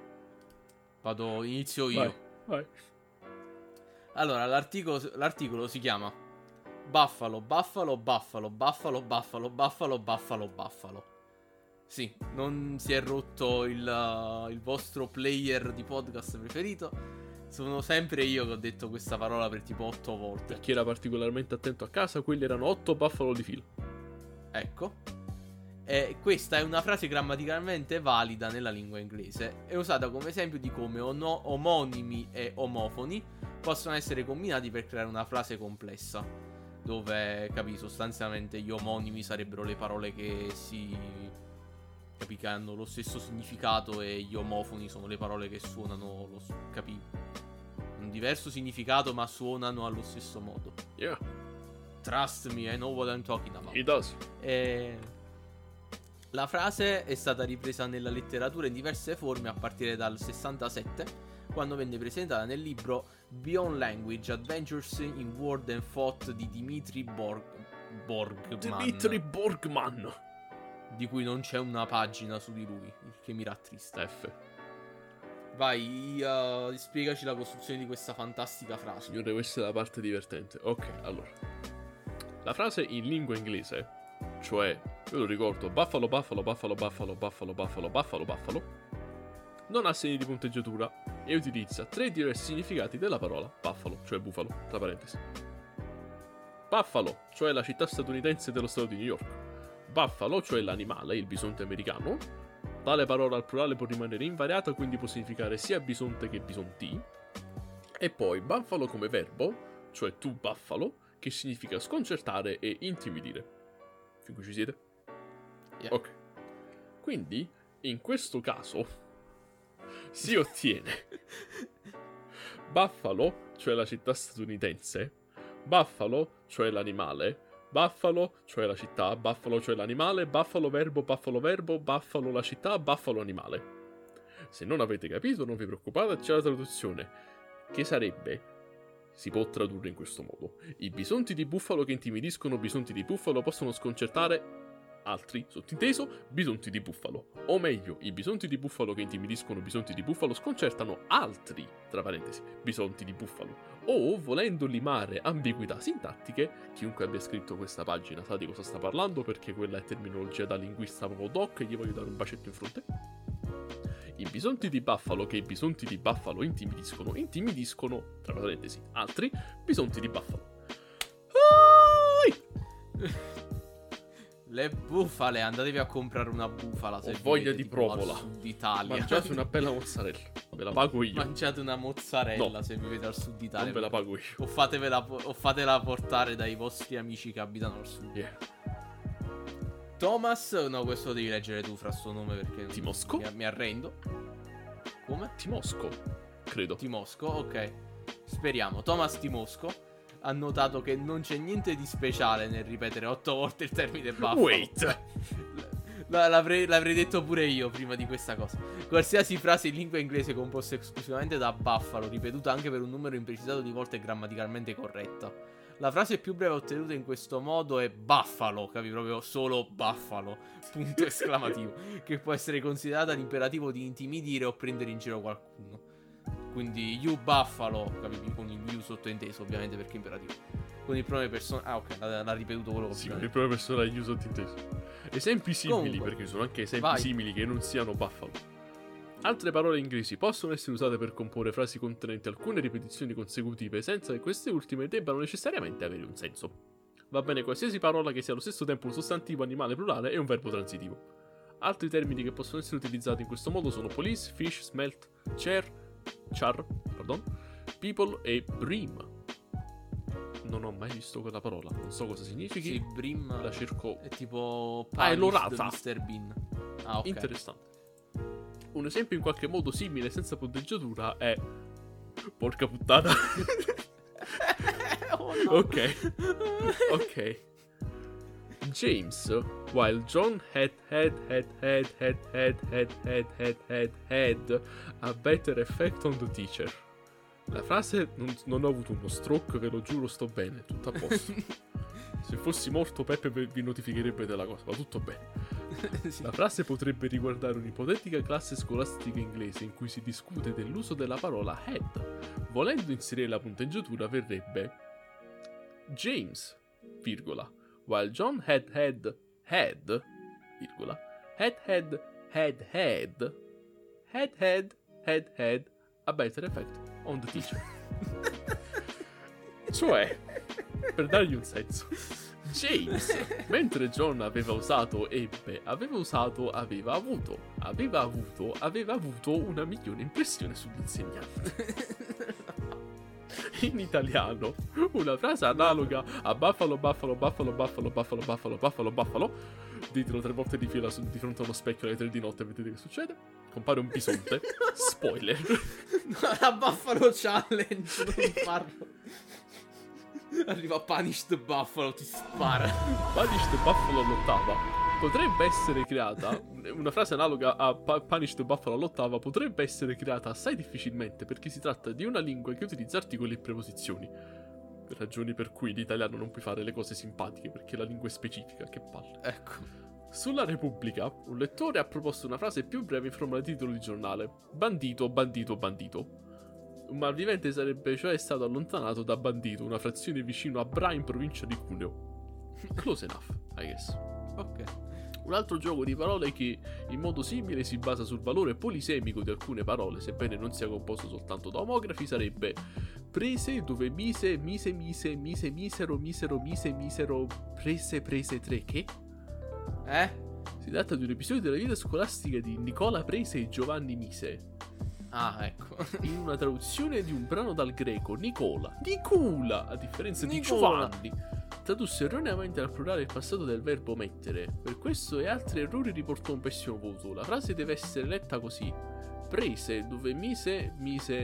Inizio io. Vai. Allora, l'articolo si chiama Buffalo, Buffalo, Buffalo, Buffalo, Buffalo, Buffalo, Buffalo, Buffalo. Sì, non si è rotto il vostro player di podcast preferito. Sono sempre io che ho detto questa parola per tipo 8 volte. Per chi era particolarmente attento a casa, quelli erano 8 buffalo di filo. Ecco. E questa è una frase grammaticalmente valida nella lingua inglese. È usata come esempio di come omonimi e omofoni possono essere combinati per creare una frase complessa. Dove, capi, sostanzialmente gli omonimi sarebbero le parole che che hanno lo stesso significato, e gli omofoni sono le parole che suonano un diverso significato ma suonano allo stesso modo. Yeah. Trust me, I know what I'm talking about. It does. La frase è stata ripresa nella letteratura in diverse forme a partire dal 67, quando venne presentata nel libro Beyond Language, Adventures in Word and Thought di Dmitry Borgman. Di cui non c'è una pagina su di lui, il che mi rattrista. F. Vai, spiegaci la costruzione di questa fantastica frase. Signore, questa è la parte divertente. Ok, allora. La frase in lingua inglese, cioè, io lo ricordo, buffalo, buffalo, buffalo, buffalo, buffalo, buffalo, buffalo, buffalo, non ha segni di punteggiatura e utilizza 3 diversi significati della parola buffalo, cioè bufalo, tra parentesi. Buffalo, cioè la città statunitense dello stato di New York. Buffalo, cioè l'animale, il bisonte americano. Tale parola al plurale può rimanere invariata, quindi può significare sia bisonte che bisonti. E poi buffalo come verbo, cioè to buffalo, che significa sconcertare e intimidire. Fin qui ci siete? Yeah. Ok. Quindi, in questo caso, si ottiene buffalo, cioè la città statunitense, buffalo, cioè l'animale, buffalo, cioè la città, buffalo, cioè l'animale, buffalo verbo, buffalo la città, buffalo animale. Se non avete capito, non vi preoccupate, c'è la traduzione, che sarebbe, si può tradurre in questo modo: i bisonti di bufalo che intimidiscono bisonti di bufalo possono sconcertare altri, sottinteso, bisonti di bufalo. O meglio, i bisonti di bufalo che intimidiscono bisonti di bufalo sconcertano altri, tra parentesi, bisonti di bufalo. O, volendo limare ambiguità sintattiche, chiunque abbia scritto questa pagina sa di cosa sta parlando, perché quella è terminologia da linguista proprio doc, e gli voglio dare un bacetto in fronte. I bisonti di buffalo che i bisonti di buffalo intimidiscono, tra parentesi, altri bisonti di buffalo. Le bufale, andatevi a comprare una bufala se ho voglia vivete, di tipo, provola. al sud Italia. Mangiate una bella mozzarella, ve la pago io. Mangiate una mozzarella, no, se vivete al sud Italia. Non ve la pago io. O fatela portare dai vostri amici che abitano al sud. Yeah. Thomas, no, questo lo devi leggere tu fra sto nome, perché Timosco? mi arrendo. Come? Timosco, credo. Timosco, ok. Speriamo. Thomas Timosco ha notato che non c'è niente di speciale nel ripetere 8 volte il termine buffalo. Wait. L'avrei detto pure io prima di questa cosa. Qualsiasi frase in lingua inglese composta esclusivamente da buffalo, ripetuta anche per un numero imprecisato di volte, è grammaticalmente corretta. La frase più breve ottenuta in questo modo è Buffalo, capi? Proprio solo Buffalo, punto esclamativo, che può essere considerata l'imperativo di intimidire o prendere in giro qualcuno. Quindi you Buffalo, capi? Con il you sottointeso, ovviamente, perché è imperativo. Con il pronome personale. Ah, ok, l'ha ripetuto quello che sì, con il pronome personale you sottointeso. Esempi simili, Comunque, perché ci sono anche esempi simili che non siano Buffalo. Altre parole inglesi possono essere usate per comporre frasi contenenti alcune ripetizioni consecutive senza che queste ultime debbano necessariamente avere un senso. Va bene qualsiasi parola che sia allo stesso tempo un sostantivo, animale plurale e un verbo transitivo. Altri termini che possono essere utilizzati in questo modo sono police, fish, smelt, char, people e brim. Non ho mai visto quella parola, non so cosa significhi. Sì, brim la cerco. è tipo è l'orata. Mr. Bean. Ah, ok. Interessante. Un esempio in qualche modo simile senza punteggiatura è porca puttana. Oh, no. Ok. James, while John had a better effect on the teacher. La frase non ho avuto uno stroke, ve lo giuro, sto bene, tutto a posto. Se fossi morto Peppe vi notificherebbe della cosa, ma tutto bene. Sì. La frase potrebbe riguardare un'ipotetica classe scolastica inglese in cui si discute dell'uso della parola head. Volendo inserire la punteggiatura verrebbe James, virgola, while John had, virgola, had a better effect on the teacher. Cioè, per dargli un senso, James, mentre John aveva usato ebbe, aveva avuto una migliore impressione sull'insegnante. In italiano, una frase analoga a Buffalo, ditelo 3 volte di fila di fronte a uno specchio alle 3 di notte e vedete che succede. Compare un bisonte. Spoiler. No, la Buffalo Challenge, non farlo. Arriva Punished Buffalo, ti spara. Punished Buffalo all'ottava potrebbe essere creata. Una frase analoga a Punished Buffalo all'ottava potrebbe essere creata assai difficilmente, perché si tratta di una lingua che utilizza articoli e preposizioni. Per ragioni per cui l'italiano non puoi fare le cose simpatiche, perché la lingua è specifica, che palle. Ecco. Sulla Repubblica, un lettore ha proposto una frase più breve in forma di titolo di giornale: bandito, bandito, bandito. Un malvivente sarebbe cioè stato allontanato da Bandito, una frazione vicino a Bra in provincia di Cuneo. Close enough, I guess. Ok. Un altro gioco di parole che in modo simile si basa sul valore polisemico di alcune parole, sebbene non sia composto soltanto da omografi, sarebbe prese, dove mise, misero, prese, 3. Che? Si tratta di un episodio della vita scolastica di Nicola Prese e Giovanni Mise. Ah, ecco. In una traduzione di un brano dal greco, Nicola, a differenza di Nicola. Giovanni, tradusse erroneamente al plurale il passato del verbo mettere. Per questo e altri errori riportò un pessimo voto. La frase deve essere letta così: prese, dove misero,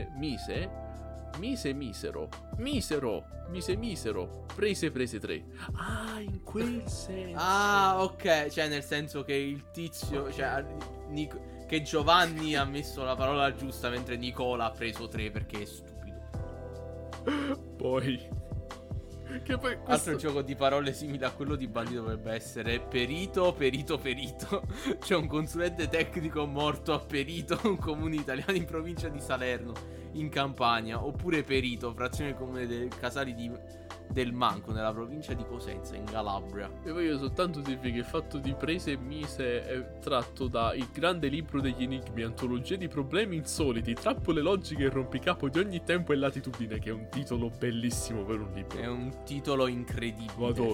prese, 3. Ah, in quel senso. Ah, ok. Cioè, nel senso che il tizio, cioè, che Giovanni ha messo la parola giusta mentre Nicola ha preso 3 perché è stupido. Poi questo... Altro gioco di parole simile a quello di Bandito dovrebbe essere perito. C'è un consulente tecnico morto a Perito, un comune italiano in provincia di Salerno, in Campania. Oppure Perito, frazione del comune del Casali del Manco, nella provincia di Cosenza, in Calabria. E voglio soltanto dirvi che il fatto di prese e mise è tratto da Il grande libro degli enigmi, antologia di problemi insoliti, trappole logiche e rompicapo di ogni tempo e latitudine, che è un titolo bellissimo per un libro. È un titolo incredibile. Lo adoro.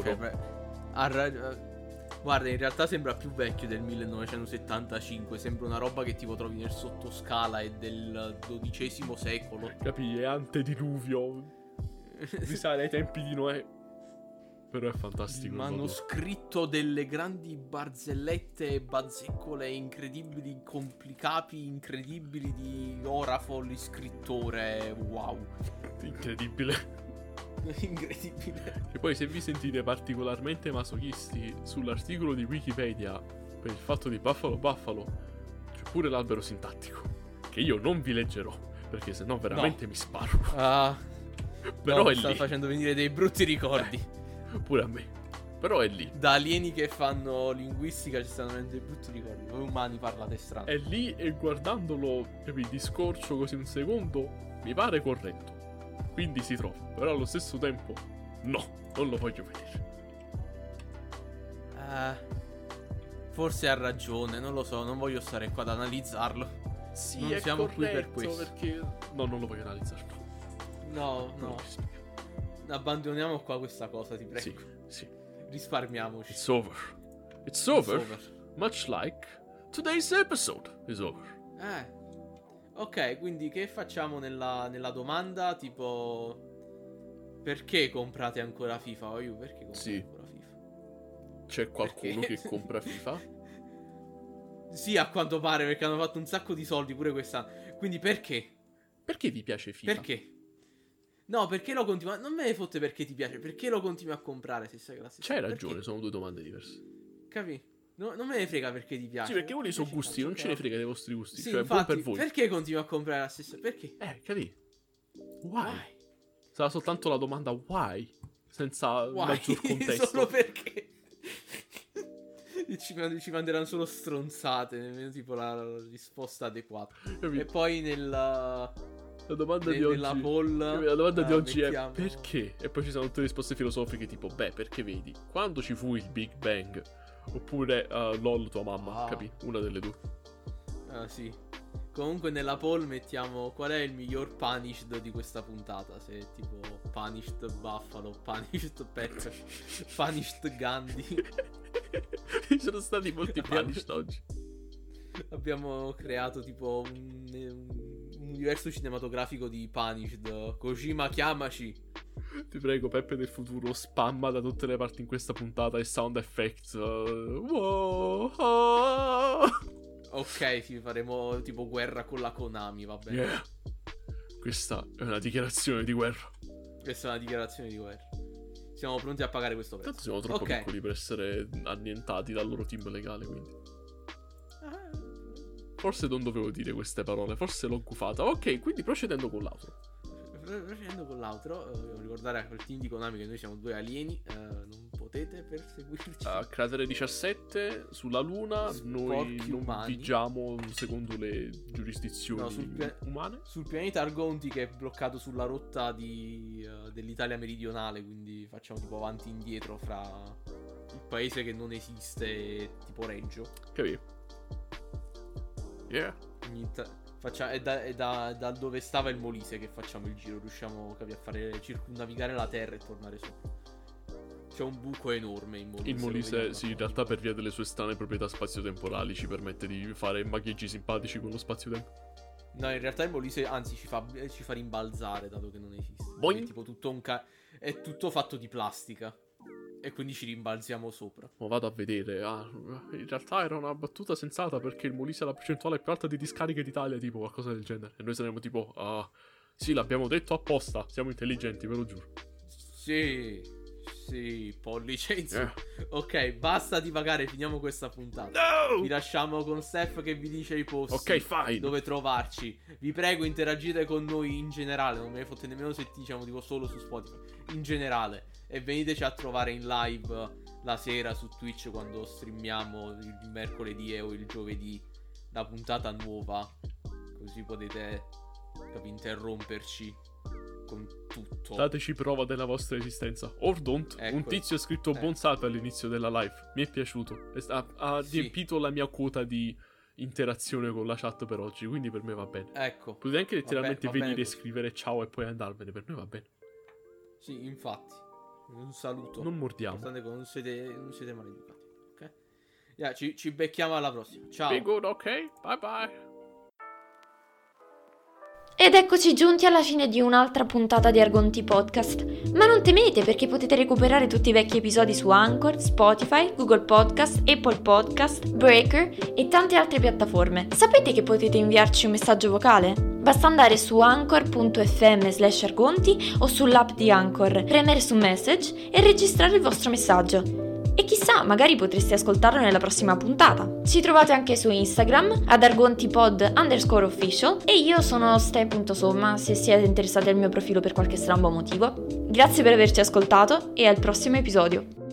Guarda, in realtà sembra più vecchio del 1975. Sembra una roba che tipo trovi nel sottoscala e del XII secolo. Capì? È antediluvio. Risale ai tempi di Noè. Però è fantastico. Ma hanno scritto delle grandi barzellette e bazzecole incredibili, complicapi, incredibili di Orafol, scrittore. Wow. Incredibile. Incredibile. E poi se vi sentite particolarmente masochisti, sull'articolo di Wikipedia per il fatto di Buffalo c'è pure l'albero sintattico, che io non vi leggerò, perché sennò veramente mi sparo. Però no, è sta lì. facendo venire dei brutti ricordi. Pure a me. Però è lì. Da alieni che fanno linguistica ci stanno venendo dei brutti ricordi. Voi umani parlate strano. È lì e guardandolo di scorcio così un secondo mi pare corretto. Quindi si trova. Però allo stesso tempo no, non lo voglio vedere. Forse ha ragione, non lo so, non voglio stare qua ad analizzarlo. Sì, Non è siamo qui per corretto, questo. perché no, non lo voglio analizzare. No, Non no. mi spiego. Abbandoniamo qua questa cosa, ti prego. Sì, sì. Risparmiamoci. It's over. It's over. Much like today's episode is over. Ok, quindi che facciamo nella domanda? Tipo, perché comprate ancora FIFA? Perché comprate Sì. ancora FIFA? C'è qualcuno Perché? che compra FIFA? Sì, a quanto pare, perché hanno fatto un sacco di soldi pure quest'anno. Quindi perché? Perché vi piace FIFA? Perché? No, perché lo continua? Non me ne fotte perché ti piace, perché lo continui a comprare se sai che la stessa. C'hai Perché? ragione, sono due domande diverse. Capì? No, non me ne frega perché ti piace. Sì, perché quelli sono Ci gusti, faccio, non ce ne però. frega dei vostri gusti. Sì, Cioè, infatti, buon per voi. perché continui a comprare la stessa? Perché? Capì? Why? Sarà soltanto la domanda why? Senza Why? maggior contesto. Solo perché ci manderanno solo stronzate, nemmeno tipo la risposta adeguata. Capì? E poi nella La domanda di oggi, nella poll la domanda di oggi mettiamo- è perché? E poi ci sono tutte le risposte filosofiche tipo perché vedi, quando ci fu il Big Bang oppure LOL tua mamma, Ah. capì? Una delle due. sì. Comunque nella poll mettiamo qual è il miglior punished di questa puntata. Se è tipo punished Buffalo, punished Pet, punished Gandhi. Ci sono stati molti Abbiamo- punished oggi. Abbiamo creato tipo un universo cinematografico di punished. Kojima chiamaci. Ti prego, Peppe del futuro, spamma da tutte le parti in questa puntata e sound effects. Wow. Ok, sì, faremo tipo guerra con la Konami, va bene. Yeah. Questa è una dichiarazione di guerra. Questa è una dichiarazione di guerra. Siamo pronti a pagare questo prezzo. Tanto siamo troppo Ok. piccoli per essere annientati dal loro team legale, quindi. Forse non dovevo dire queste parole, forse l'ho gufata. Ok, quindi procedendo con l'altro. Procedendo con l'altro, devo ricordare a quel team di Konami che noi siamo due alieni. Non potete perseguirci. A cratere 17 sulla Luna noi Sporchi non umani. vigiamo secondo le giurisdizioni No, umane. Sul pianeta Argonti che è bloccato sulla rotta dell'Italia meridionale. Quindi facciamo tipo avanti e indietro fra il paese che non esiste e tipo Reggio. Capì? Yeah. È da dove stava il Molise che facciamo il giro. Riusciamo a fare circumnavigare la Terra e tornare sopra. C'è un buco enorme in Molise. Il lo Molise, vediamo sì, in da realtà per via delle sue strane proprietà spazio-temporali ci permette di fare magheggi simpatici con lo spazio-tempo. No, in realtà il Molise, anzi, ci fa rimbalzare, dato che non esiste. Boing. È tipo tutto è tutto fatto di plastica. E quindi ci rimbalziamo sopra. Ma vado a vedere. In realtà era una battuta sensata perché il Molise ha la percentuale più alta di discariche d'Italia, tipo qualcosa del genere. E noi saremo tipo, sì, l'abbiamo detto apposta, siamo intelligenti, ve lo giuro. Sì, pollicenza. Eh. Ok, basta divagare, finiamo questa puntata. No! Vi lasciamo con Steph che vi dice i posti. Ok, fine. Dove trovarci. Vi prego, interagite con noi in generale. Non me ne fotte nemmeno se diciamo tipo solo su Spotify. In generale. E veniteci a trovare in live la sera su Twitch quando streamiamo il mercoledì o il giovedì la puntata nuova. Così potete interromperci con tutto. Dateci prova della vostra esistenza. Or don't. Ecco. Un tizio ha scritto Bonsato all'inizio della live. Mi è piaciuto. Ha Sì. riempito la mia quota di interazione con la chat per oggi. Quindi per me va bene. Ecco. Potete anche letteralmente va bene venire e così. scrivere ciao e poi andarvene. Per me va bene. Sì, infatti. Un saluto. Non mordiamo. Importante che non siete maleducati. Ok? Yeah, ci becchiamo alla prossima. Ciao. Be good, ok? Bye bye. Ed eccoci giunti alla fine di un'altra puntata di Argonti Podcast. Ma non temete perché potete recuperare tutti i vecchi episodi su Anchor, Spotify, Google Podcast, Apple Podcast, Breaker e tante altre piattaforme. Sapete che potete inviarci un messaggio vocale? Basta andare su anchor.fm/argonti o sull'app di Anchor, premere su Message e registrare il vostro messaggio. E chissà, magari potreste ascoltarlo nella prossima puntata. Ci trovate anche su Instagram ad argontipod_official e io sono ste.somma se siete interessati al mio profilo per qualche strambo motivo. Grazie per averci ascoltato e al prossimo episodio.